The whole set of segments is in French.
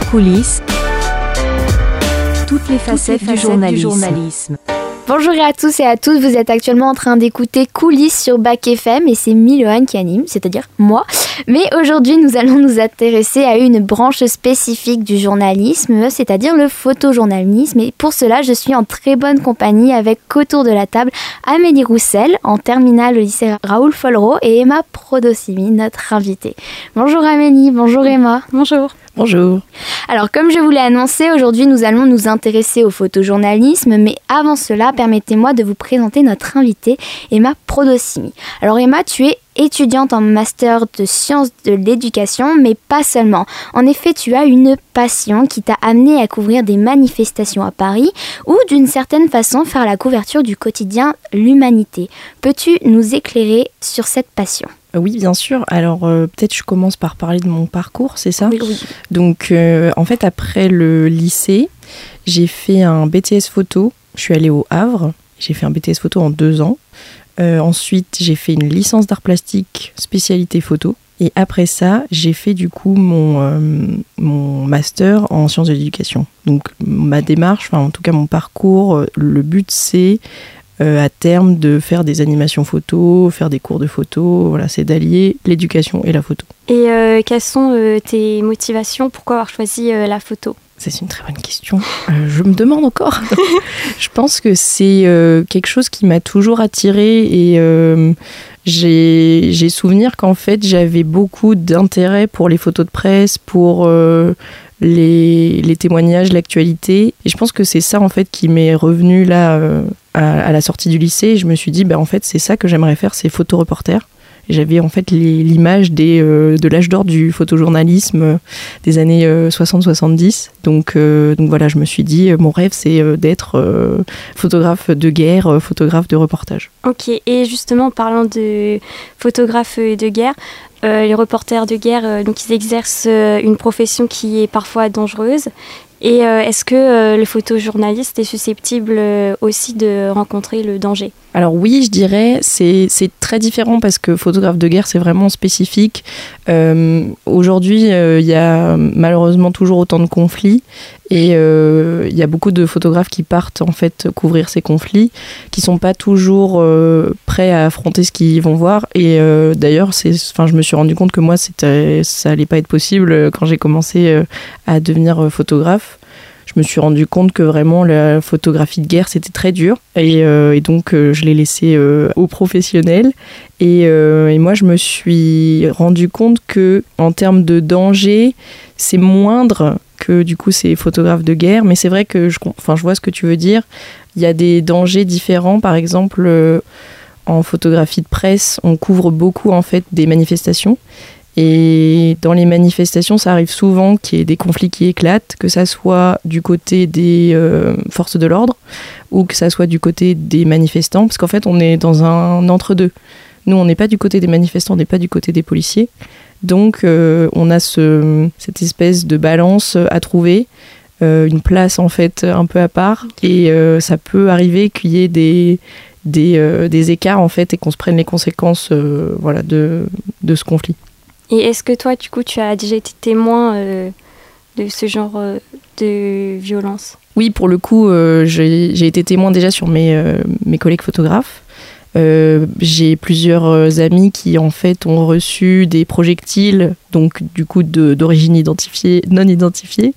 Coulisses. Toutes les facettes du journalisme. Bonjour à tous et à toutes, vous êtes actuellement en train d'écouter Coulisses sur Bac FM et c'est Miloane qui anime, c'est-à-dire moi. Mais aujourd'hui, nous allons nous intéresser à une branche spécifique du journalisme, c'est-à-dire le photojournalisme. Et pour cela, je suis en très bonne compagnie avec autour de la table Amélie Roussel, en terminale au lycée Raoul Follereau, et Emma Prodocimi, notre invitée. Bonjour Amélie, bonjour Emma. Bonjour. Bonjour. Alors, comme je vous l'ai annoncé, aujourd'hui, nous allons nous intéresser au photojournalisme. Mais avant cela, permettez-moi de vous présenter notre invitée, Emma Prodocimi. Alors, Emma, tu es étudiante en master de sciences de l'éducation, mais pas seulement. En effet, tu as une passion qui t'a amené à couvrir des manifestations à Paris ou, d'une certaine façon, faire la couverture du quotidien L'Humanité. Peux-tu nous éclairer sur cette passion ? Oui, bien sûr. Alors, peut-être je commence par parler de mon parcours, c'est ça ? Oui. Donc, en fait, après le lycée, j'ai fait un BTS photo. Je suis allée au Havre. J'ai fait un BTS photo en 2 ans. Ensuite, j'ai fait une licence d'art plastique spécialité photo. Et après ça, j'ai fait du coup mon master en sciences de l'éducation. Donc, ma démarche, en tout cas mon parcours, le but c'est à terme de faire des animations photos, faire des cours de photo, voilà, c'est d'allier l'éducation et la photo. Et quelles sont tes motivations? Pourquoi avoir choisi la photo? C'est une très bonne question. Je me demande encore. Je pense que c'est quelque chose qui m'a toujours attirée et j'ai souvenir qu'en fait j'avais beaucoup d'intérêt pour les photos de presse, pour les témoignages, l'actualité. Et je pense que c'est ça en fait qui m'est revenu là à la sortie du lycée. Et je me suis dit, en fait c'est ça que j'aimerais faire, c'est photoreporter. Et j'avais en fait l'image de l'âge d'or du photojournalisme des années 60-70. Donc voilà, je me suis dit, mon rêve c'est d'être photographe de guerre, photographe de reportage. Ok, et justement en parlant de photographe de guerre, les reporters de guerre, donc ils exercent une profession qui est parfois dangereuse. Et est-ce que le photojournaliste est susceptible aussi de rencontrer le danger ? Alors oui, je dirais, c'est très différent parce que photographe de guerre, c'est vraiment spécifique. Aujourd'hui, il y a malheureusement toujours autant de conflits et il y a beaucoup de photographes qui partent en fait couvrir ces conflits, qui sont pas toujours prêts à affronter ce qu'ils vont voir. Et d'ailleurs, je me suis rendu compte que moi, ça allait pas être possible quand j'ai commencé à devenir photographe. Je me suis rendu compte que vraiment la photographie de guerre c'était très dur et donc je l'ai laissé aux professionnels et moi je me suis rendu compte que en termes de danger c'est moindre que du coup ces photographes de guerre, mais c'est vrai que je vois ce que tu veux dire. Il y a des dangers différents, par exemple en photographie de presse on couvre beaucoup en fait des manifestations. Et dans les manifestations, ça arrive souvent qu'il y ait des conflits qui éclatent, que ça soit du côté des forces de l'ordre ou que ça soit du côté des manifestants, parce qu'en fait, on est dans un entre-deux. Nous, on n'est pas du côté des manifestants, on n'est pas du côté des policiers. Donc, on a cette espèce de balance à trouver, une place en fait un peu à part. Et ça peut arriver qu'il y ait des écarts en fait et qu'on se prenne les conséquences de ce conflit. Et est-ce que toi, du coup, tu as déjà été témoin de ce genre de violence ? Oui, pour le coup, j'ai été témoin déjà sur mes collègues photographes. J'ai plusieurs amis qui, en fait, ont reçu des projectiles, donc du coup d'origine non identifiée.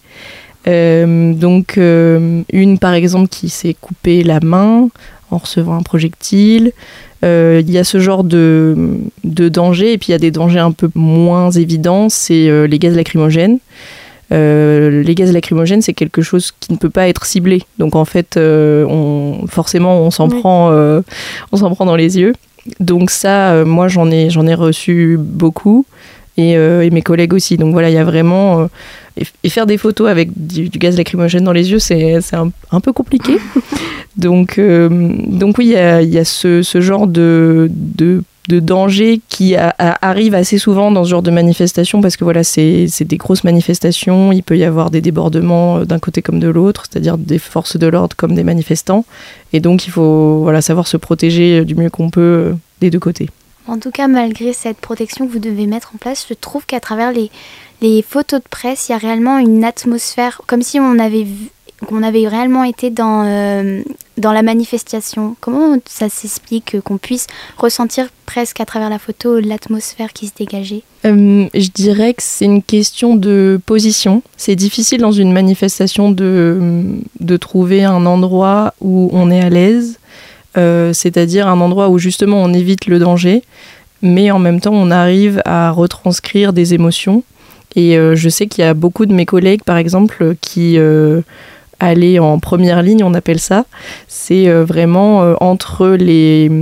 Une, par exemple, qui s'est coupée la main en recevant un projectile. Il y a ce genre de danger, et puis il y a des dangers un peu moins évidents, c'est les gaz lacrymogènes. Les gaz lacrymogènes, c'est quelque chose qui ne peut pas être ciblé. Donc en fait, on s'en prend dans les yeux. Donc ça, moi j'en ai reçu beaucoup, et mes collègues aussi. Donc voilà, il y a vraiment... et faire des photos avec du gaz lacrymogène dans les yeux, c'est un peu compliqué. Donc oui, il y a ce genre de danger qui arrive assez souvent dans ce genre de manifestations, parce que voilà, c'est des grosses manifestations, il peut y avoir des débordements d'un côté comme de l'autre, c'est-à-dire des forces de l'ordre comme des manifestants, et donc il faut savoir se protéger du mieux qu'on peut des deux côtés. En tout cas, malgré cette protection que vous devez mettre en place, je trouve qu'à travers les photos de presse, il y a réellement une atmosphère, comme si on avait réellement été dans la manifestation. Comment ça s'explique qu'on puisse ressentir presque à travers la photo l'atmosphère qui se dégageait ? Je dirais que c'est une question de position. C'est difficile dans une manifestation de trouver un endroit où on est à l'aise, c'est-à-dire un endroit où justement on évite le danger, mais en même temps on arrive à retranscrire des émotions. Et je sais qu'il y a beaucoup de mes collègues, par exemple, qui allaient en première ligne, on appelle ça. C'est vraiment entre les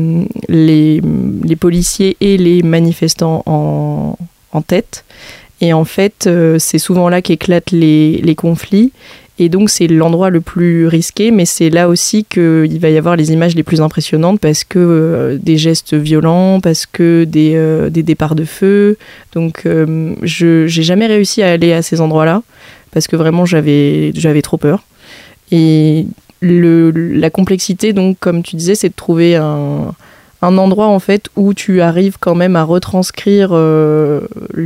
policiers et les manifestants en tête. Et en fait, c'est souvent là qu'éclatent les conflits. Et donc, c'est l'endroit le plus risqué, mais c'est là aussi qu'il va y avoir les images les plus impressionnantes parce que des gestes violents, parce que des départs de feu. Donc, je n'ai jamais réussi à aller à ces endroits-là parce que vraiment, j'avais trop peur. Et la complexité, donc, comme tu disais, c'est de trouver un endroit en fait où tu arrives quand même à retranscrire ce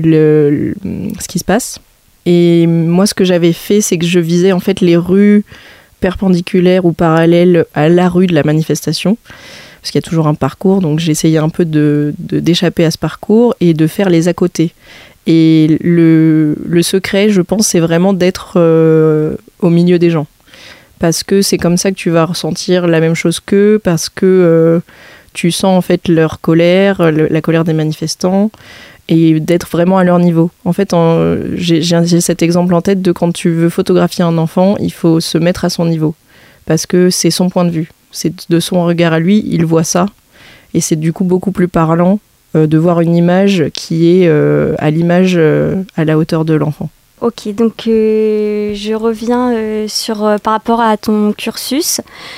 qui se passe. Et moi, ce que j'avais fait, c'est que je visais en fait les rues perpendiculaires ou parallèles à la rue de la manifestation, parce qu'il y a toujours un parcours, donc j'essayais un peu d'échapper à ce parcours et de faire les à côté. Et le secret, je pense, c'est vraiment d'être au milieu des gens, parce que c'est comme ça que tu vas ressentir la même chose qu'eux, parce que tu sens en fait leur colère, la colère des manifestants, et d'être vraiment à leur niveau. En fait, j'ai cet exemple en tête de quand tu veux photographier un enfant, il faut se mettre à son niveau, parce que c'est son point de vue, c'est de son regard à lui, il voit ça, et c'est du coup beaucoup plus parlant de voir une image qui est à l'image à la hauteur de l'enfant. Ok, donc je reviens par rapport à ton cursus.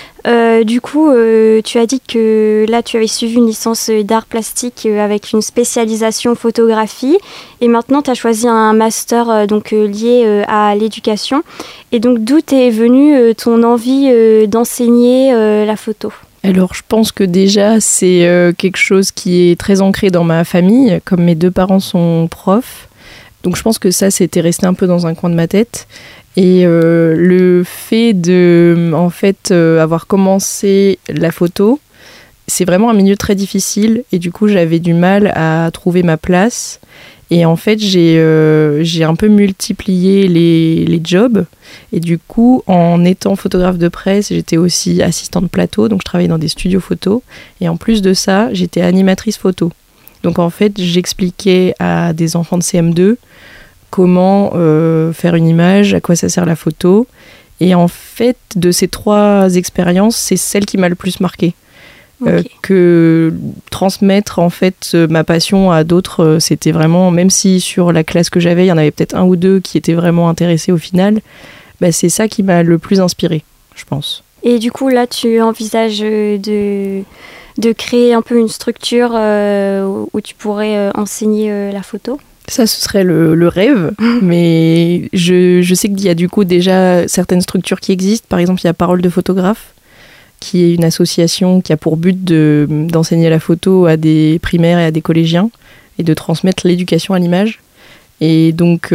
Du coup, tu as dit que là, tu avais suivi une licence d'art plastique avec une spécialisation photographie. Et maintenant, tu as choisi un master lié à l'éducation. Et donc, d'où est venue ton envie d'enseigner la photo ? Alors, je pense que déjà, c'est quelque chose qui est très ancré dans ma famille, comme mes deux parents sont profs. Donc, je pense que ça, c'était resté un peu dans un coin de ma tête. Et le fait de avoir commencé la photo, c'est vraiment un milieu très difficile et du coup j'avais du mal à trouver ma place. Et en fait j'ai un peu multiplié les jobs et du coup en étant photographe de presse, j'étais aussi assistante plateau, donc je travaillais dans des studios photo et en plus de ça j'étais animatrice photo. Donc en fait j'expliquais à des enfants de CM2 comment faire une image, à quoi ça sert la photo. Et en fait, de ces 3 expériences, c'est celle qui m'a le plus marquée. Okay. Que transmettre en fait ma passion à d'autres, c'était vraiment, même si sur la classe que j'avais, il y en avait peut-être 1 ou 2 qui étaient vraiment intéressés au final, c'est ça qui m'a le plus inspirée, je pense. Et du coup, là, tu envisages de créer un peu une structure où tu pourrais enseigner la photo ? Ça, ce serait le rêve, mais je sais qu'il y a du coup déjà certaines structures qui existent. Par exemple, il y a Parole de photographe, qui est une association qui a pour but d'enseigner la photo à des primaires et à des collégiens et de transmettre l'éducation à l'image. Et donc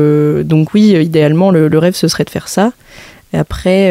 oui, idéalement, le rêve, ce serait de faire ça. Et après,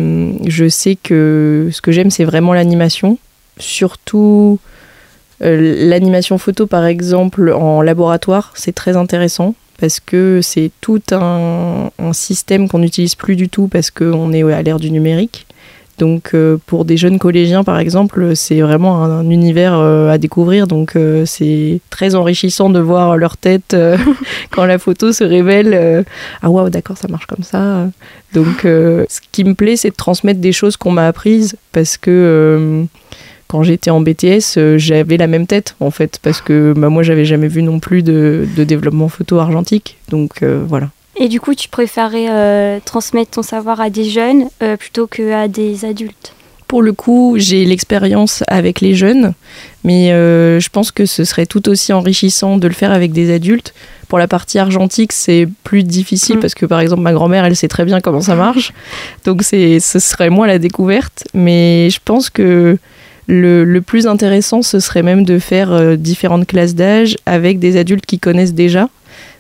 je sais que ce que j'aime, c'est vraiment l'animation, surtout... l'animation photo par exemple en laboratoire, c'est très intéressant parce que c'est tout un système qu'on n'utilise plus du tout parce qu'on est à l'ère du numérique. Donc pour des jeunes collégiens par exemple, c'est vraiment un univers à découvrir, donc c'est très enrichissant de voir leur tête quand la photo se révèle. Ah waouh, d'accord, ça marche comme ça. Donc ce qui me plaît, c'est de transmettre des choses qu'on m'a apprises parce que quand j'étais en BTS, j'avais la même tête, en fait, parce que moi, j'avais jamais vu non plus de développement photo argentique. Donc, voilà. Et du coup, tu préférais transmettre ton savoir à des jeunes plutôt qu'à des adultes ? Pour le coup, j'ai l'expérience avec les jeunes, mais je pense que ce serait tout aussi enrichissant de le faire avec des adultes. Pour la partie argentique, c'est plus difficile parce que, par exemple, ma grand-mère, elle sait très bien comment ça marche. Donc, ce serait moi la découverte. Mais je pense que le plus intéressant, ce serait même de faire différentes classes d'âge avec des adultes qui connaissent déjà.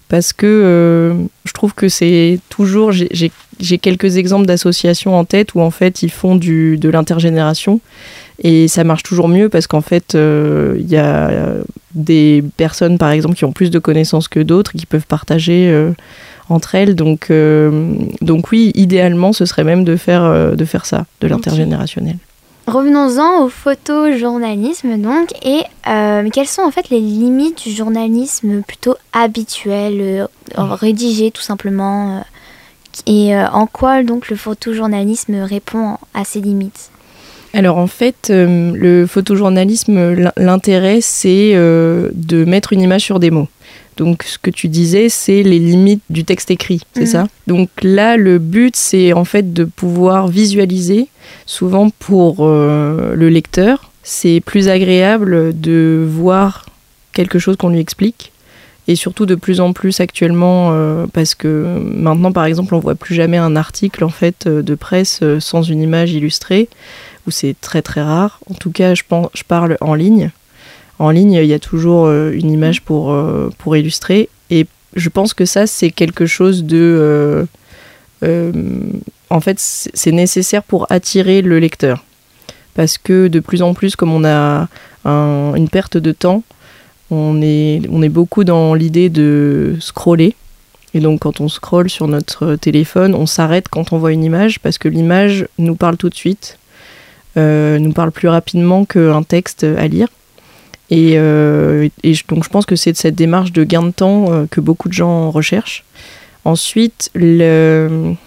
parce que je trouve que c'est toujours... J'ai quelques exemples d'associations en tête où en fait ils font de l'intergénération et ça marche toujours mieux parce qu'en fait il y a des personnes par exemple qui ont plus de connaissances que d'autres et qui peuvent partager entre elles. Donc oui, idéalement ce serait même de faire ça, de l'intergénérationnel. Revenons-en au photojournalisme donc, et quelles sont en fait les limites du journalisme plutôt habituel, rédigé tout simplement, et en quoi donc le photojournalisme répond à ces limites? Alors en fait, le photojournalisme, l'intérêt c'est de mettre une image sur des mots. Donc ce que tu disais, c'est les limites du texte écrit, c'est ça ? Donc là, le but, c'est en fait de pouvoir visualiser. Souvent pour le lecteur, c'est plus agréable de voir quelque chose qu'on lui explique. Et surtout de plus en plus actuellement, parce que maintenant, par exemple, on ne voit plus jamais un article en fait, de presse sans une image illustrée, ou c'est très très rare. En tout cas, je parle en ligne. En ligne, il y a toujours une image pour illustrer. Et je pense que ça, c'est quelque chose de... en fait, c'est nécessaire pour attirer le lecteur. Parce que de plus en plus, comme on a une perte de temps, on est beaucoup dans l'idée de scroller. Et donc, quand on scrolle sur notre téléphone, on s'arrête quand on voit une image parce que l'image nous parle tout de suite, nous parle plus rapidement qu'un texte à lire. Et donc je pense que c'est de cette démarche de gain de temps que beaucoup de gens recherchent. Ensuite, l'image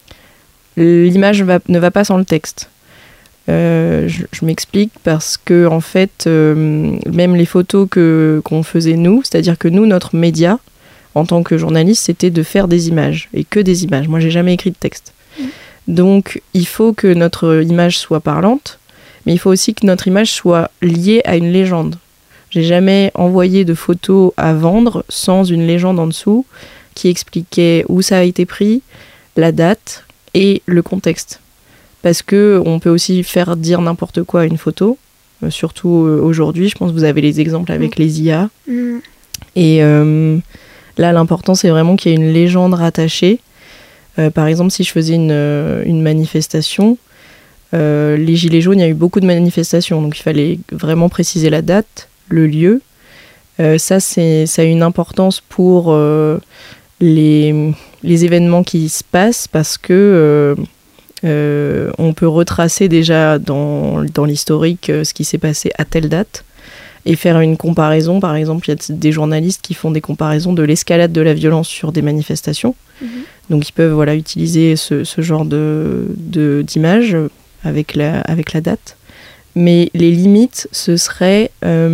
ne va pas sans le texte. Je m'explique parce que en fait, même les photos qu'on faisait nous, c'est-à-dire que nous, notre média, en tant que journaliste, c'était de faire des images, et que des images. Moi, j'ai jamais écrit de texte. Donc, il faut que notre image soit parlante, mais il faut aussi que notre image soit liée à une légende. J'ai jamais envoyé de photos à vendre sans une légende en dessous qui expliquait où ça a été pris, la date et le contexte. Parce qu'on peut aussi faire dire n'importe quoi à une photo, surtout aujourd'hui. Je pense que vous avez les exemples avec les IA. Et là, l'important, c'est vraiment qu'il y ait une légende rattachée. Par exemple, si je faisais une manifestation, les Gilets jaunes, il y a eu beaucoup de manifestations, donc il fallait vraiment préciser la date, le lieu. Ça a une importance pour les événements qui se passent parce que on peut retracer déjà dans l'historique ce qui s'est passé à telle date et faire une comparaison. Par exemple, il y a des journalistes qui font des comparaisons de l'escalade de la violence sur des manifestations. Donc ils peuvent utiliser ce genre d'image avec la date. Mais les limites, ce serait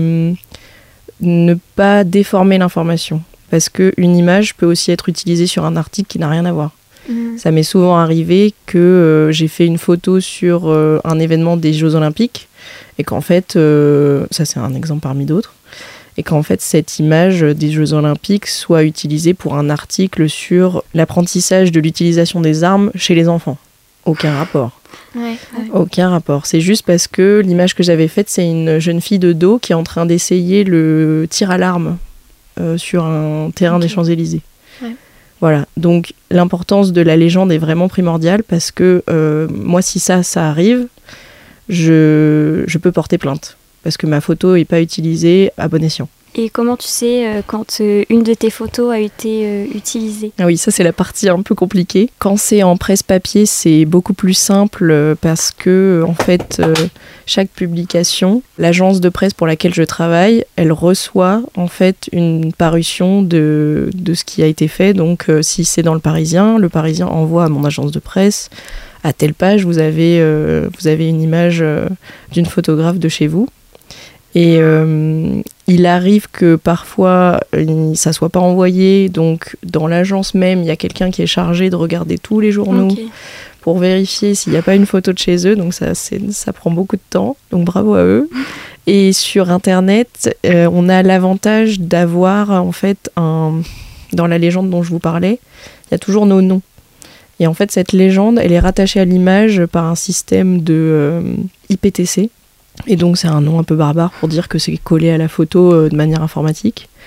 ne pas déformer l'information. Parce qu'une image peut aussi être utilisée sur un article qui n'a rien à voir. Ça m'est souvent arrivé que j'ai fait une photo sur un événement des Jeux Olympiques et qu'en fait, ça c'est un exemple parmi d'autres, et qu'en fait cette image des Jeux Olympiques soit utilisée pour un article sur l'apprentissage de l'utilisation des armes chez les enfants. Aucun rapport. Aucun rapport. C'est juste parce que l'image que j'avais faite, c'est une jeune fille de dos qui est en train d'essayer le tir à l'arme sur un terrain des Champs-Élysées. Voilà, donc l'importance de la légende est vraiment primordiale parce que moi, si ça arrive, je peux porter plainte parce que ma photo n'est pas utilisée à bon escient. Et comment tu sais quand une de tes photos a été utilisée ? Ah oui, ça c'est la partie un peu compliquée. Quand c'est en presse-papier, c'est beaucoup plus simple parce que en fait, chaque publication, l'agence de presse pour laquelle je travaille, elle reçoit en fait une parution de ce qui a été fait. Donc si c'est dans le Parisien envoie à mon agence de presse, à telle page, vous avez une image d'une photographe de chez vous. Et il arrive que parfois ça soit pas envoyé, donc dans l'agence même il y a quelqu'un qui est chargé de regarder tous les journaux pour vérifier s'il n'y a pas une photo de chez eux, donc ça prend beaucoup de temps, donc bravo à eux. Et sur internet on a l'avantage d'avoir en fait dans la légende dont je vous parlais, il y a toujours nos noms. Et en fait cette légende elle est rattachée à l'image par un système de IPTC. Et donc c'est un nom un peu barbare pour dire que c'est collé à la photo de manière informatique.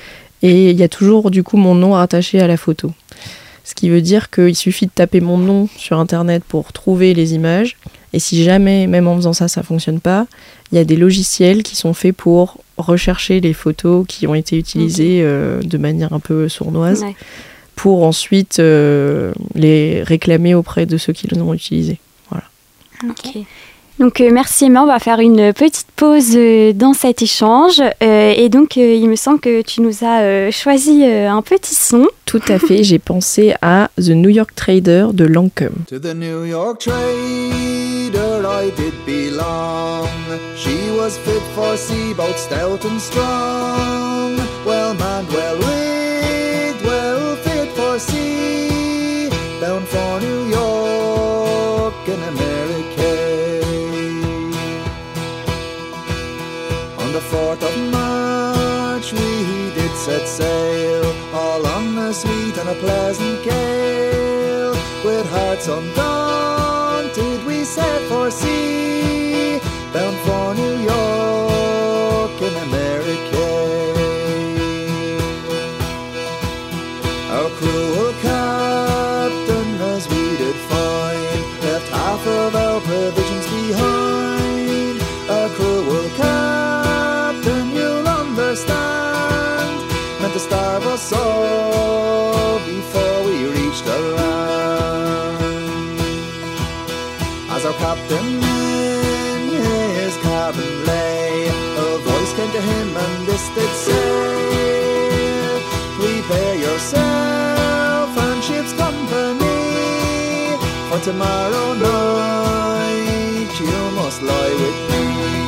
Et il y a toujours du coup mon nom rattaché à la photo. Ce qui veut dire qu'il suffit de taper mon nom sur Internet pour trouver les images. Et si jamais, même en faisant ça, ça ne fonctionne pas, il y a des logiciels qui sont faits pour rechercher les photos qui ont été utilisées de manière un peu sournoise, pour ensuite les réclamer auprès de ceux qui les ont utilisées. Voilà. Ok. Donc merci Emma, on va faire une petite pause dans cet échange et donc il me semble que tu nous as choisi un petit son. Tout à fait, j'ai pensé à The New York Trader de Lancome. To the New York trader I did belong. She was fit for sea, both stout and strong. Well manned, well rigged, well fit for sea. Bound for New York in America. On the 4th of March we did set sail, all on a sweet and a pleasant gale. With hearts undaunted we set for sea, bound for New York in America. Our cruel captain, as we did find, left half of our provisions behind. Our cruel captain, you'll understand, meant to starve us all before we reached the land. As our captain in his cabin lay, a voice came to him and this did say, prepare yourself and ship's company, for tomorrow night you must lie with me.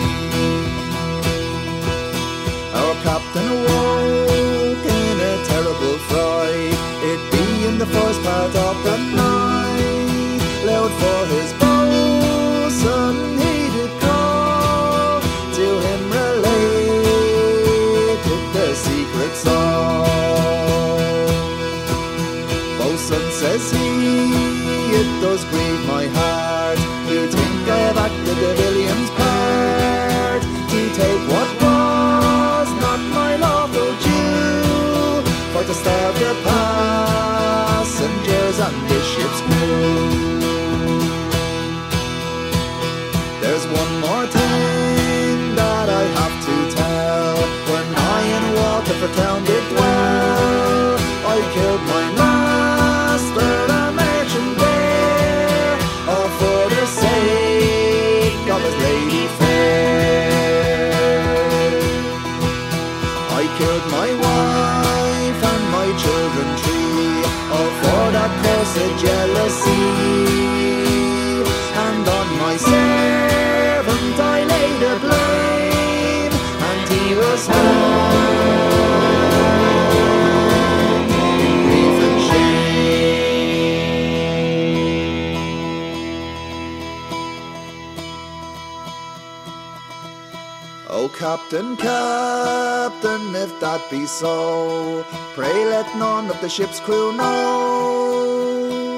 Our captain awoke in a terrible fright, it being the first part of the night. Loud for his boatswain he did call, to him related the secret song. Boatswain, says he, it does grieve my heart to think I have acted the villain's part, to take what was not my lawful due, for to starve the passengers and the ship's crew. There's one more thing that I have to tell. When I in Waterford did dwell, I killed my master, a merchant there, all for the sake of his lady fair. I killed my wife and my children three, all for that cursed jealousy. And on my servant I laid a blame, and he was hung in grief and shame. Oh Captain, Captain, if that be so, pray let none of the ship's crew know,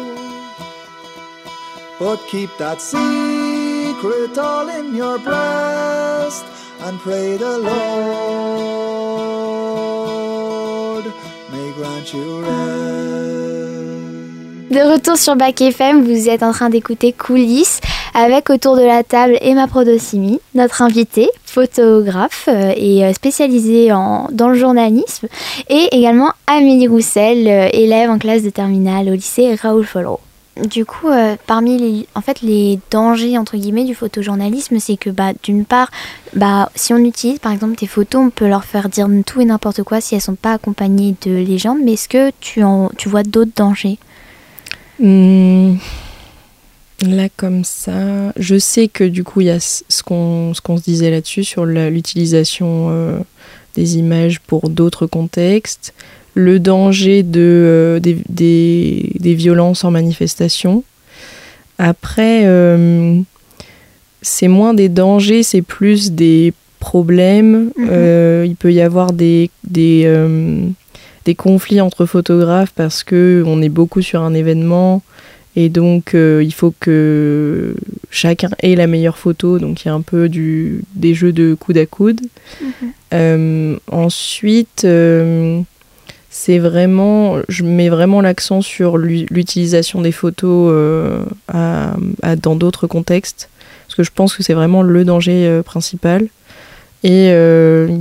but keep that secret all in your breast, and pray the Lord may grant you rest. De retour sur Bac FM, vous êtes en train d'écouter Coulisses avec autour de la table Emma Prodocimi, notre invitée, photographe et spécialisée dans le journalisme, et également Amélie Roussel, élève en classe de terminale au lycée Raoul Follereau. Du coup, parmi les dangers entre guillemets du photojournalisme, c'est que d'une part, si on utilise par exemple tes photos, on peut leur faire dire tout et n'importe quoi si elles sont pas accompagnées de légendes. Mais est-ce que tu vois d'autres dangers ? Là comme ça, je sais que du coup il y a ce qu'on se disait là-dessus sur l'utilisation des images pour d'autres contextes. Le danger des violences en manifestation. Après, c'est moins des dangers, c'est plus des problèmes. Il peut y avoir des conflits entre photographes parce qu'on est beaucoup sur un événement et donc il faut que chacun ait la meilleure photo. Donc il y a un peu des jeux de coude à coude. Ensuite... je mets vraiment l'accent sur l'utilisation des photos dans d'autres contextes, parce que je pense que c'est vraiment le danger principal. Et il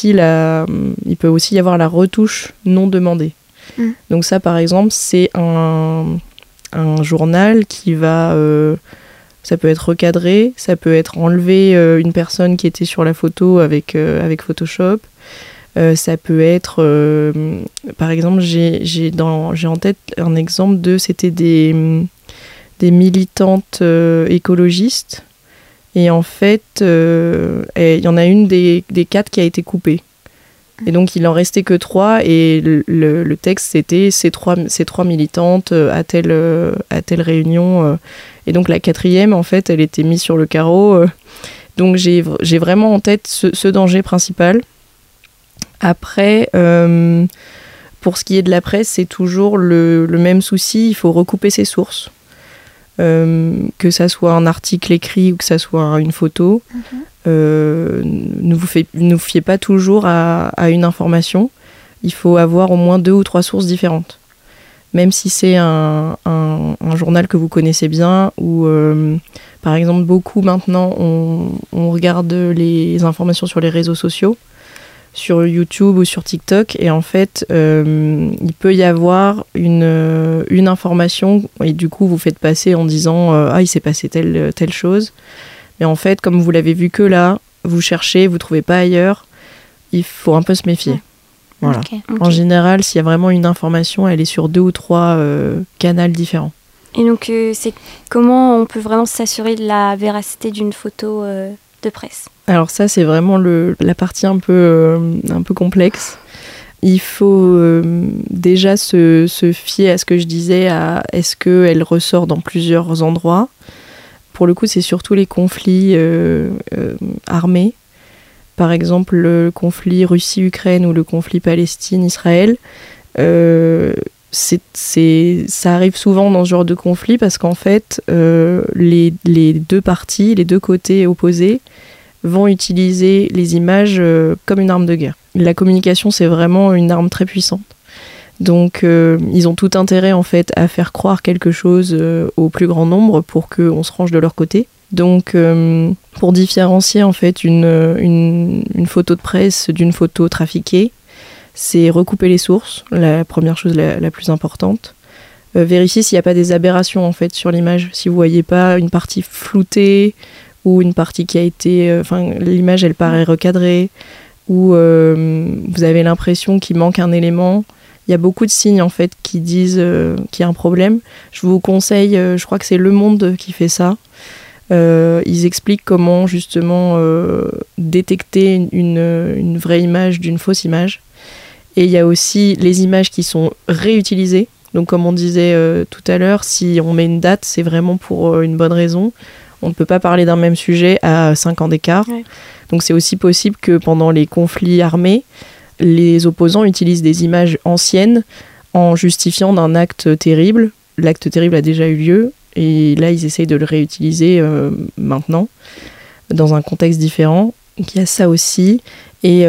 peut aussi y avoir la retouche non demandée. Donc ça, par exemple, c'est un journal qui va... ça peut être recadré, ça peut être enlevé une personne qui était sur la photo avec Photoshop. Ça peut être... par exemple, j'ai en tête un exemple c'était des militantes écologistes. Et en fait, il y en a une des 4 qui a été coupée. Et donc, il en restait que 3. Et le texte, c'était ces trois militantes à telle réunion. Et donc, la 4e, en fait, elle était mise sur le carreau. Donc, j'ai vraiment en tête ce danger principal. Après, pour ce qui est de la presse, c'est toujours le même souci. Il faut recouper ses sources. Que ça soit un article écrit ou que ça soit une photo, ne vous fiez pas toujours à une information. Il faut avoir au moins 2 ou 3 sources différentes. Même si c'est un journal que vous connaissez bien, ou par exemple beaucoup maintenant on regarde les informations sur les réseaux sociaux, sur YouTube ou sur TikTok, et en fait il peut y avoir une information et du coup vous faites passer en disant il s'est passé telle chose, mais en fait comme vous l'avez vu que là, vous cherchez, vous trouvez pas ailleurs, il faut un peu se méfier. Voilà. Okay. En général, s'il y a vraiment une information, elle est sur 2 ou 3 canaux différents. Et donc c'est comment on peut vraiment s'assurer de la véracité d'une photo de presse? Alors ça, c'est vraiment la partie un peu complexe. Il faut déjà se fier à ce que je disais, à est-ce qu'elle ressort dans plusieurs endroits. Pour le coup, c'est surtout les conflits armés. Par exemple, le conflit Russie-Ukraine ou le conflit Palestine-Israël. Ça arrive souvent dans ce genre de conflit parce qu'en fait, les 2 parties, les 2 côtés opposés, vont utiliser les images comme une arme de guerre. La communication, c'est vraiment une arme très puissante. Donc, ils ont tout intérêt, en fait, à faire croire quelque chose au plus grand nombre pour qu'on se range de leur côté. Donc, pour différencier, en fait, une photo de presse d'une photo trafiquée, c'est recouper les sources, la première chose la plus importante. Vérifier s'il n'y a pas des aberrations, en fait, sur l'image. Si vous ne voyez pas une partie floutée, ou une partie qui a été... l'image, elle paraît recadrée, ou vous avez l'impression qu'il manque un élément. Il y a beaucoup de signes, en fait, qui disent qu'il y a un problème. Je vous conseille, je crois que c'est Le Monde qui fait ça. Ils expliquent comment, justement, détecter une vraie image d'une fausse image. Et il y a aussi les images qui sont réutilisées. Donc, comme on disait tout à l'heure, si on met une date, c'est vraiment pour une bonne raison. On ne peut pas parler d'un même sujet à 5 ans d'écart. Ouais. Donc c'est aussi possible que pendant les conflits armés, les opposants utilisent des images anciennes en justifiant d'un acte terrible. L'acte terrible a déjà eu lieu et là ils essayent de le réutiliser maintenant dans un contexte différent. Donc il y a ça aussi. Et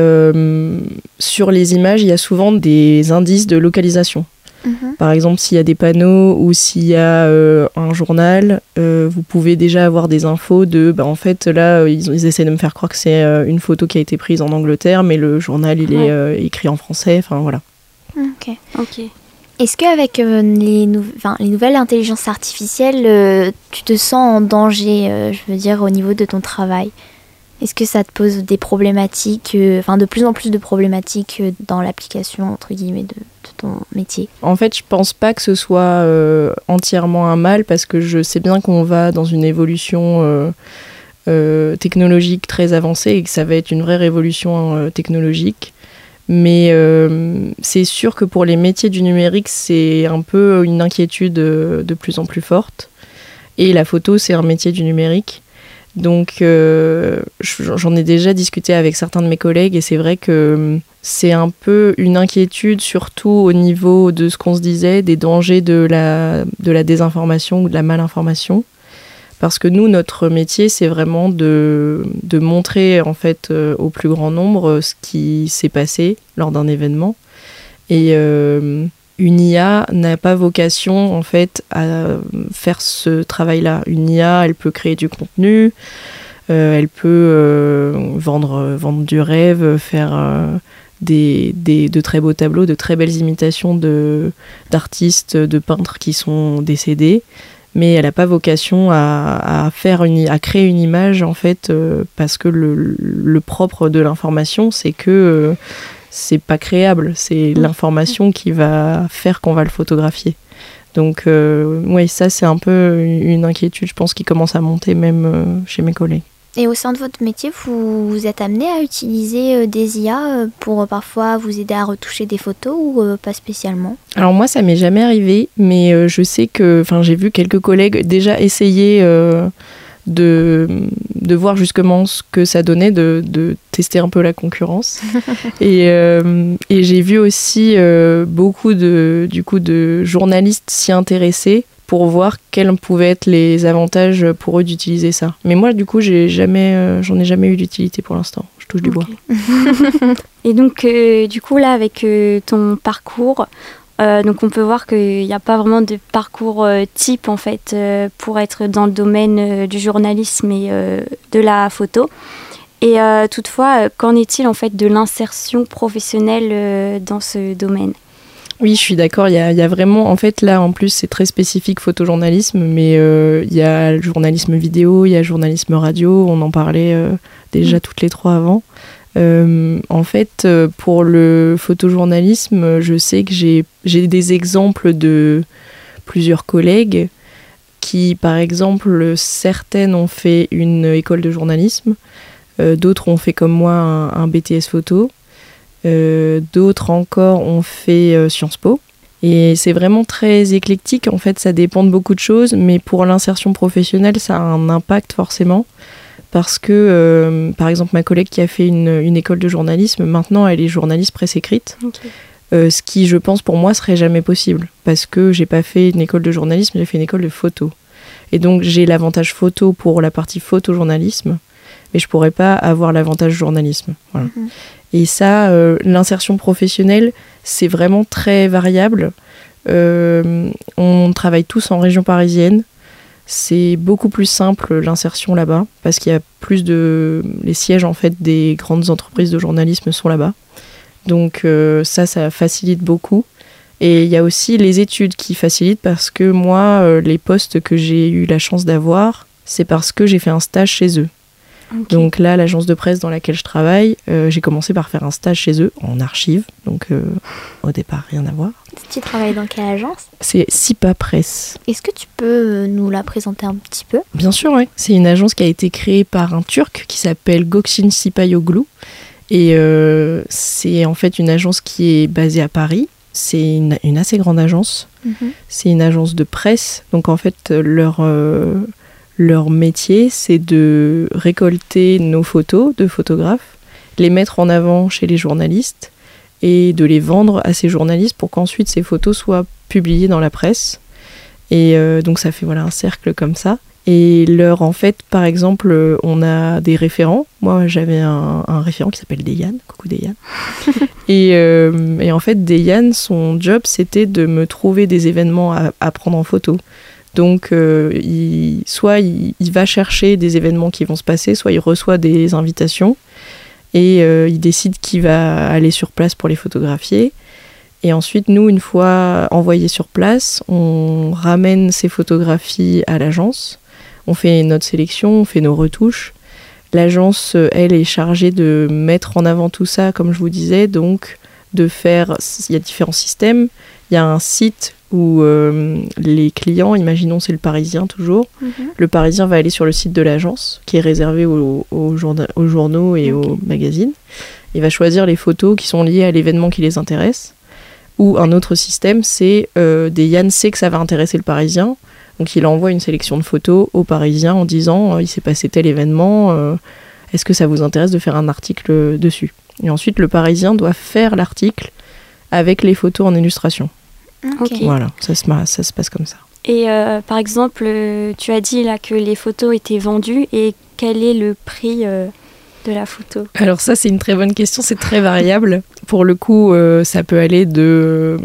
sur les images, il y a souvent des indices de localisation. Par exemple, s'il y a des panneaux ou s'il y a un journal, vous pouvez déjà avoir des infos en fait, là, ils essaient de me faire croire que c'est une photo qui a été prise en Angleterre, mais le journal, il est écrit en français, enfin voilà. Ok. Est-ce qu'avec les nouvelles intelligences artificielles, tu te sens en danger, je veux dire, au niveau de ton travail ? Est-ce que ça te pose des problématiques, de plus en plus de problématiques dans l'application, entre guillemets, de ton métier ? En fait, je pense pas que ce soit entièrement un mal, parce que je sais bien qu'on va dans une évolution technologique très avancée et que ça va être une vraie révolution technologique. Mais c'est sûr que pour les métiers du numérique, c'est un peu une inquiétude de plus en plus forte. Et la photo, c'est un métier du numérique. Donc j'en ai déjà discuté avec certains de mes collègues et c'est vrai que c'est un peu une inquiétude, surtout au niveau de ce qu'on se disait, des dangers de la désinformation ou de la malinformation. Parce que nous, notre métier, c'est vraiment de montrer en fait au plus grand nombre ce qui s'est passé lors d'un événement Et une IA n'a pas vocation en fait à faire ce travail-là. Une IA, elle peut créer du contenu, elle peut vendre du rêve, faire de très beaux tableaux, de très belles imitations d'artistes, de peintres qui sont décédés. Mais elle n'a pas vocation à créer une image, en fait, parce que le propre de l'information, c'est que c'est pas créable. C'est l'information qui va faire qu'on va le photographier. Donc, oui, ça, c'est un peu une inquiétude, je pense, qui commence à monter même chez mes collègues. Et au sein de votre métier, vous êtes amené à utiliser des IA pour parfois vous aider à retoucher des photos ou pas spécialement ? Alors moi, ça m'est jamais arrivé, mais je sais que, j'ai vu quelques collègues déjà essayer de voir justement ce que ça donnait, de tester un peu la concurrence. Et j'ai vu aussi beaucoup de journalistes s'y intéresser pour voir quels pouvaient être les avantages pour eux d'utiliser ça. Mais moi, du coup, j'en ai jamais eu d'utilité pour l'instant. Je touche du bois. Et donc, du coup, là, avec ton parcours, donc on peut voir qu'il n'y a pas vraiment de parcours type, en fait, pour être dans le domaine du journalisme et de la photo. Et toutefois, qu'en est-il, en fait, de l'insertion professionnelle dans ce domaine ? Oui, je suis d'accord. Il y a vraiment, en fait, là, en plus, c'est très spécifique photojournalisme, mais il y a le journalisme vidéo, il y a le journalisme radio. On en parlait déjà toutes les trois avant. En fait, pour le photojournalisme, je sais que j'ai des exemples de plusieurs collègues qui, par exemple, certaines ont fait une école de journalisme, d'autres ont fait comme moi un BTS photo. D'autres encore ont fait Sciences Po. Et c'est vraiment très éclectique, en fait, ça dépend de beaucoup de choses, mais pour l'insertion professionnelle, ça a un impact forcément, parce que, par exemple, ma collègue qui a fait une école de journalisme, maintenant elle est journaliste presse écrite, ce qui, je pense, pour moi, serait jamais possible, parce que j'ai pas fait une école de journalisme, j'ai fait une école de photo. Et donc j'ai l'avantage photo pour la partie photojournalisme, mais je pourrais pas avoir l'avantage journalisme. Voilà. Et ça, l'insertion professionnelle, c'est vraiment très variable. On travaille tous en région parisienne. C'est beaucoup plus simple l'insertion là-bas, parce qu'il y a plus les sièges en fait des grandes entreprises de journalisme sont là-bas. Donc ça facilite beaucoup. Et il y a aussi les études qui facilitent, parce que moi, les postes que j'ai eu la chance d'avoir, c'est parce que j'ai fait un stage chez eux. Okay. Donc là, l'agence de presse dans laquelle je travaille, j'ai commencé par faire un stage chez eux en archive. Donc au départ, rien à voir. Tu travailles dans quelle agence ? C'est SIPA Presse. Est-ce que tu peux nous la présenter un petit peu ? Bien sûr, oui. C'est une agence qui a été créée par un Turc qui s'appelle Gökçin Sipayoglu. Et c'est en fait une agence qui est basée à Paris. C'est une assez grande agence. C'est une agence de presse. Donc en fait, leur métier, c'est de récolter nos photos de photographes, les mettre en avant chez les journalistes et de les vendre à ces journalistes pour qu'ensuite ces photos soient publiées dans la presse. Et donc ça fait un cercle comme ça. Et en fait, par exemple, on a des référents. Moi, j'avais un référent qui s'appelle Deyan. Coucou Deyan. et en fait, Deyan, son job, c'était de me trouver des événements à prendre en photo. Donc, soit il va chercher des événements qui vont se passer, soit il reçoit des invitations et il décide qui va aller sur place pour les photographier. Et ensuite, nous, une fois envoyés sur place, on ramène ces photographies à l'agence. On fait notre sélection, on fait nos retouches. L'agence, elle, est chargée de mettre en avant tout ça, comme je vous disais, donc de faire... Il y a différents systèmes. Il y a un site où les clients, imaginons c'est le Parisien toujours, le Parisien va aller sur le site de l'agence qui est réservé aux journaux et aux magazines. Il va choisir les photos qui sont liées à l'événement qui les intéresse. Ou un autre système, c'est Deyan sait que ça va intéresser le Parisien, donc il envoie une sélection de photos au Parisien en disant il s'est passé tel événement, est-ce que ça vous intéresse de faire un article dessus ? Et ensuite le Parisien doit faire l'article avec les photos en illustration. Okay. Voilà, ça se passe comme ça. Et par exemple, tu as dit là que les photos étaient vendues, et quel est le prix de de la photo? Alors ça, c'est une très bonne question, c'est très variable. Pour le coup, ça peut aller de...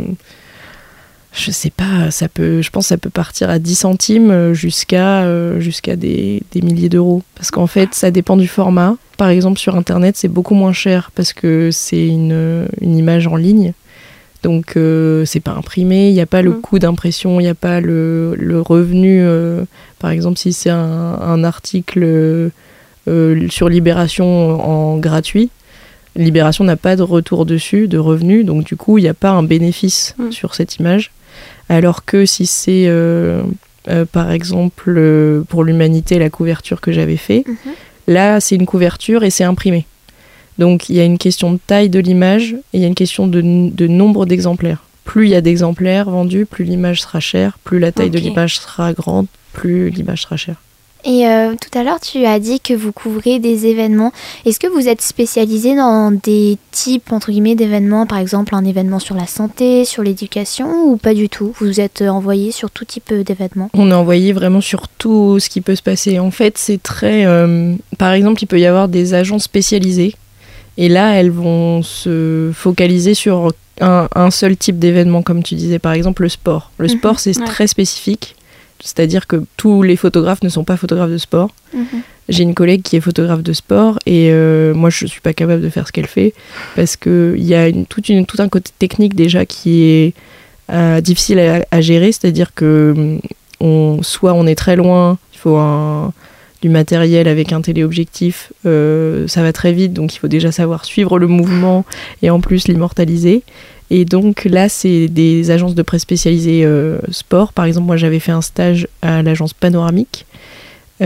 je sais pas, je pense que ça peut partir à 10 centimes jusqu'à des milliers d'euros. Parce qu'en fait, ça dépend du format. Par exemple, sur Internet, c'est beaucoup moins cher parce que c'est une image en ligne. Donc, c'est pas imprimé, il n'y a pas le coût d'impression, il n'y a pas le revenu. Par exemple, si c'est un article sur Libération en gratuit, Libération n'a pas de retour dessus, de revenu. Donc, du coup, il n'y a pas un bénéfice sur cette image. Alors que si c'est, par exemple, pour l'Humanité, la couverture que j'avais fait, là, c'est une couverture et c'est imprimé. Donc, il y a une question de taille de l'image et il y a une question de nombre d'exemplaires. Plus il y a d'exemplaires vendus, plus l'image sera chère, plus la taille de l'image sera grande, plus l'image sera chère. Et tout à l'heure, tu as dit que vous couvrez des événements. Est-ce que vous êtes spécialisé dans des types, entre guillemets, d'événements, par exemple un événement sur la santé, sur l'éducation, ou pas du tout? Vous êtes envoyé sur tout type d'événements? On est envoyé vraiment sur tout ce qui peut se passer. En fait, c'est très... par exemple, il peut y avoir des agences spécialisées. Et là, elles vont se focaliser sur un seul type d'événement, comme tu disais, par exemple le sport. Le sport, c'est très spécifique. C'est-à-dire que tous les photographes ne sont pas photographes de sport. J'ai une collègue qui est photographe de sport et moi, je ne suis pas capable de faire ce qu'elle fait parce qu'il y a tout un côté technique déjà qui est difficile à gérer. C'est-à-dire que soit on est très loin, il faut du matériel avec un téléobjectif, ça va très vite, donc il faut déjà savoir suivre le mouvement et en plus l'immortaliser. Et donc là, c'est des agences de presse spécialisées sport. Par exemple, moi, j'avais fait un stage à l'agence Panoramique, qui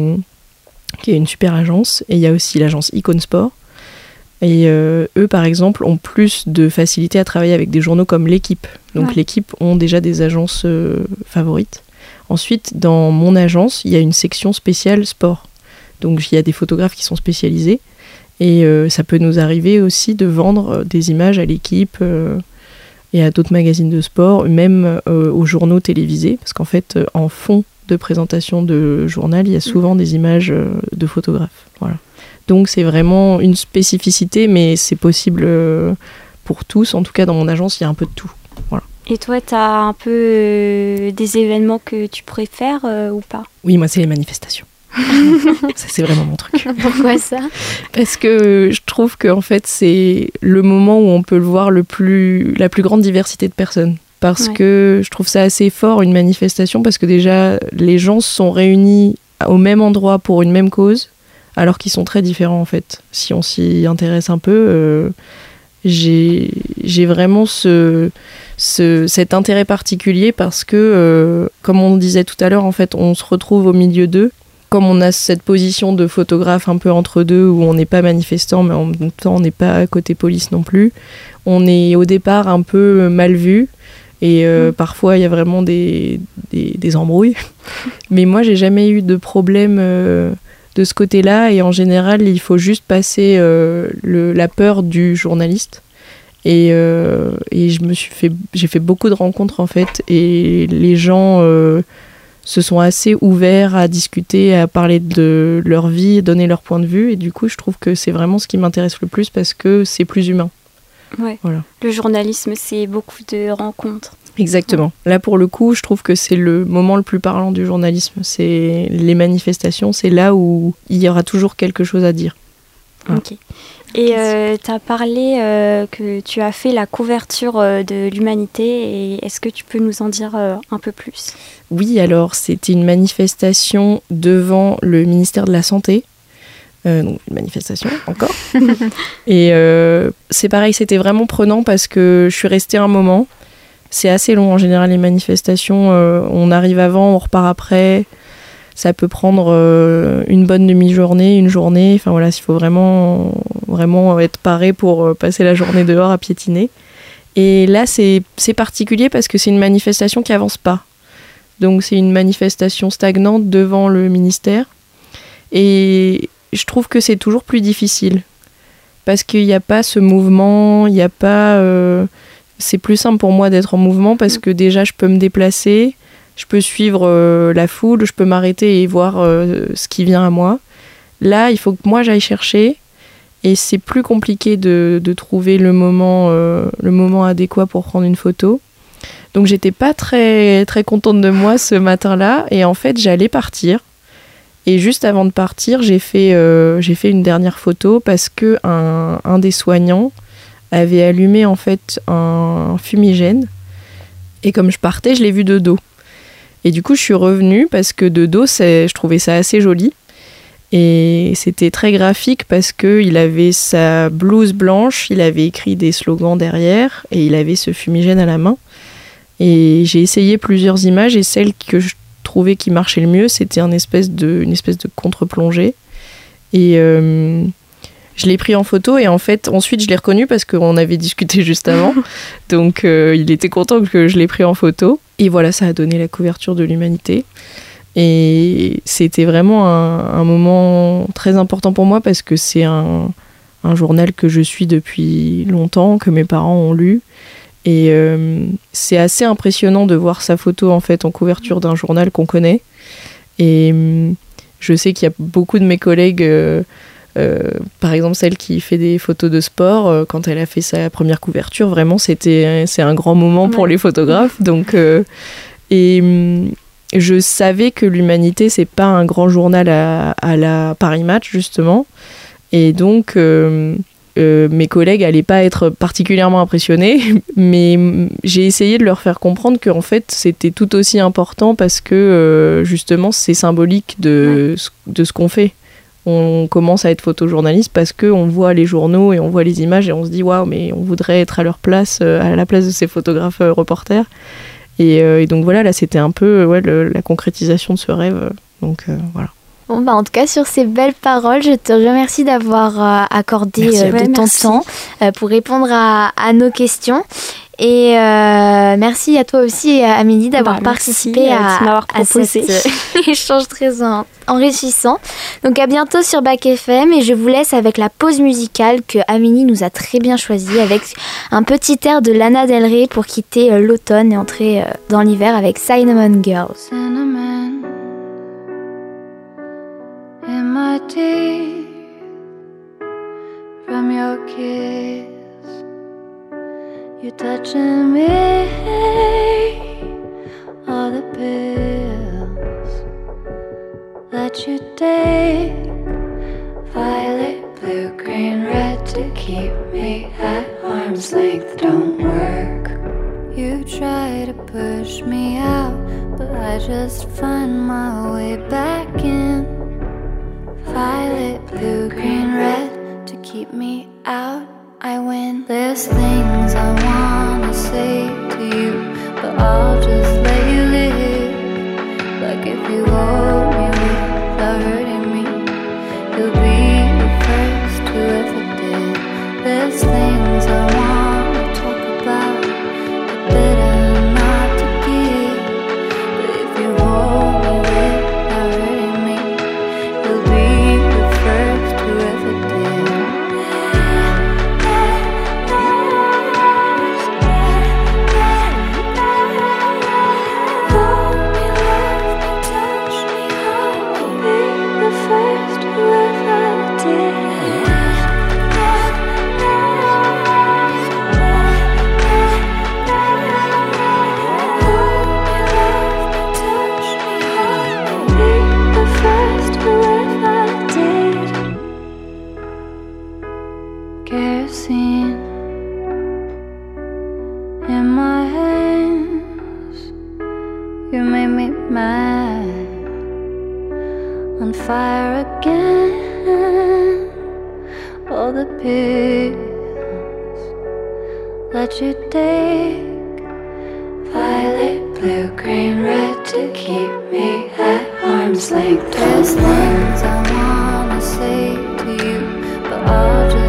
est une super agence. Et il y a aussi l'agence Icon Sport. Et eux, par exemple, ont plus de facilité à travailler avec des journaux comme L'Équipe. Donc L'Équipe ont déjà des agences favorites. Ensuite, dans mon agence, il y a une section spéciale sport. Donc il y a des photographes qui sont spécialisés. Et ça peut nous arriver aussi de vendre des images à L'Équipe et à d'autres magazines de sport, même aux journaux télévisés, parce qu'en fait, en fond de présentation de journal, il y a souvent des images de photographes. Voilà. Donc c'est vraiment une spécificité, mais c'est possible pour tous. En tout cas, dans mon agence, il y a un peu de tout. Voilà. Et toi, tu as un peu des événements que tu préfères ou pas? Oui, moi, c'est les manifestations. Ça, c'est vraiment mon truc. Pourquoi ça? Parce que je trouve que en fait, c'est le moment où on peut le voir la plus grande diversité de personnes. Parce que je trouve ça assez fort, une manifestation, parce que déjà, les gens se sont réunis au même endroit pour une même cause, alors qu'ils sont très différents en fait. Si on s'y intéresse un peu, j'ai vraiment cet intérêt particulier parce que, comme on disait tout à l'heure, en fait, on se retrouve au milieu d'eux. Comme on a cette position de photographe un peu entre deux, où on n'est pas manifestant, mais en même temps on n'est pas côté police non plus, on est au départ un peu mal vu, et parfois il y a vraiment des embrouilles. Mais moi j'ai jamais eu de problème de ce côté-là, et en général il faut juste passer la peur du journaliste. Et j'ai fait beaucoup de rencontres en fait, et les gens... se sont assez ouverts à discuter, à parler de leur vie, donner leur point de vue. Et du coup, je trouve que c'est vraiment ce qui m'intéresse le plus parce que c'est plus humain. Ouais. Voilà. Le journalisme, c'est beaucoup de rencontres. Exactement. Là, pour le coup, je trouve que c'est le moment le plus parlant du journalisme. C'est les manifestations, c'est là où il y aura toujours quelque chose à dire. Voilà. Ok. Et tu as parlé que tu as fait la couverture de l'Humanité. Et est-ce que tu peux nous en dire un peu plus? Oui, alors c'était une manifestation devant le ministère de la Santé. Donc une manifestation encore. Et c'est pareil, c'était vraiment prenant parce que je suis restée un moment. C'est assez long en général les manifestations. On arrive avant, on repart après. Ça peut prendre une bonne demi-journée, une journée. Enfin voilà, il faut vraiment être paré pour passer la journée dehors à piétiner. Et là, c'est particulier parce que c'est une manifestation qui avance pas. Donc c'est une manifestation stagnante devant le ministère. Et je trouve que c'est toujours plus difficile. Parce qu'il n'y a pas ce mouvement, il n'y a pas... c'est plus simple pour moi d'être en mouvement parce que déjà, je peux me déplacer. Je peux suivre la foule, je peux m'arrêter et voir ce qui vient à moi. là, il faut que moi j'aille chercher. Et c'est plus compliqué de trouver le moment adéquat pour prendre une photo. Donc j'étais pas très, très contente de moi ce matin-là. Et en fait, j'allais partir. Et juste avant de partir, j'ai fait une dernière photo parce que un des soignants avait allumé en fait un fumigène. Et comme je partais, je l'ai vu de dos. Et du coup, je suis revenue parce que de dos, je trouvais ça assez joli. Et c'était très graphique parce qu'il avait sa blouse blanche, il avait écrit des slogans derrière et il avait ce fumigène à la main. Et j'ai essayé plusieurs images et celle que je trouvais qui marchait le mieux, c'était une espèce de contre-plongée. Et je l'ai pris en photo et en fait, ensuite je l'ai reconnu parce qu'on avait discuté juste avant. Donc il était content que je l'ai pris en photo. Et voilà, ça a donné la couverture de l'Humanité. Et c'était vraiment un moment très important pour moi parce que c'est un journal que je suis depuis longtemps, que mes parents ont lu. Et c'est assez impressionnant de voir sa photo en fait en couverture d'un journal qu'on connaît. Et je sais qu'il y a beaucoup de mes collègues, par exemple celle qui fait des photos de sport, quand elle a fait sa première couverture, vraiment c'est un grand moment pour les photographes. Donc, je savais que l'Humanité, c'est pas un grand journal à la Paris Match, justement. Et donc, mes collègues allaient pas être particulièrement impressionnés, mais j'ai essayé de leur faire comprendre qu'en fait, c'était tout aussi important parce que, justement, c'est symbolique de ce qu'on fait. On commence à être photojournaliste parce qu'on voit les journaux et on voit les images et on se dit « Waouh, mais on voudrait être à leur place, à la place de ces photographes reporters ». Et donc voilà, là c'était un peu la concrétisation de ce rêve. Donc voilà. Bon, en tout cas, sur ces belles paroles, je te remercie d'avoir accordé de ton temps pour répondre à nos questions. Et merci à toi aussi, Amélie, d'avoir participé à cet échange très enrichissant. Donc à bientôt sur Bac FM et je vous laisse avec la pause musicale que Amélie nous a très bien choisie avec un petit air de Lana Del Rey pour quitter l'automne et entrer dans l'hiver avec Cinnamon Girl. Cinnamon in my teeth from your kiss. You're touching me, all the pills that you take, violet, blue, green, red, to keep me at arm's length don't work. You try to push me out, but I just find my way back in. Violet, blue, green, red, to keep me out, I win. There's things I wanna say to you, but I'll just let you live. Like if you hold me without hurting me, you'll be the first who ever did. There's things I wanna talk about, but better not to give. But if you hold me without hurting me, you'll be the first who ever did. Kerosene in my hands, you made me mad, on fire again. All the pills that you take, violet, blue, green, red, to keep me at arm's length. There's things I wanna say to you, but I'll just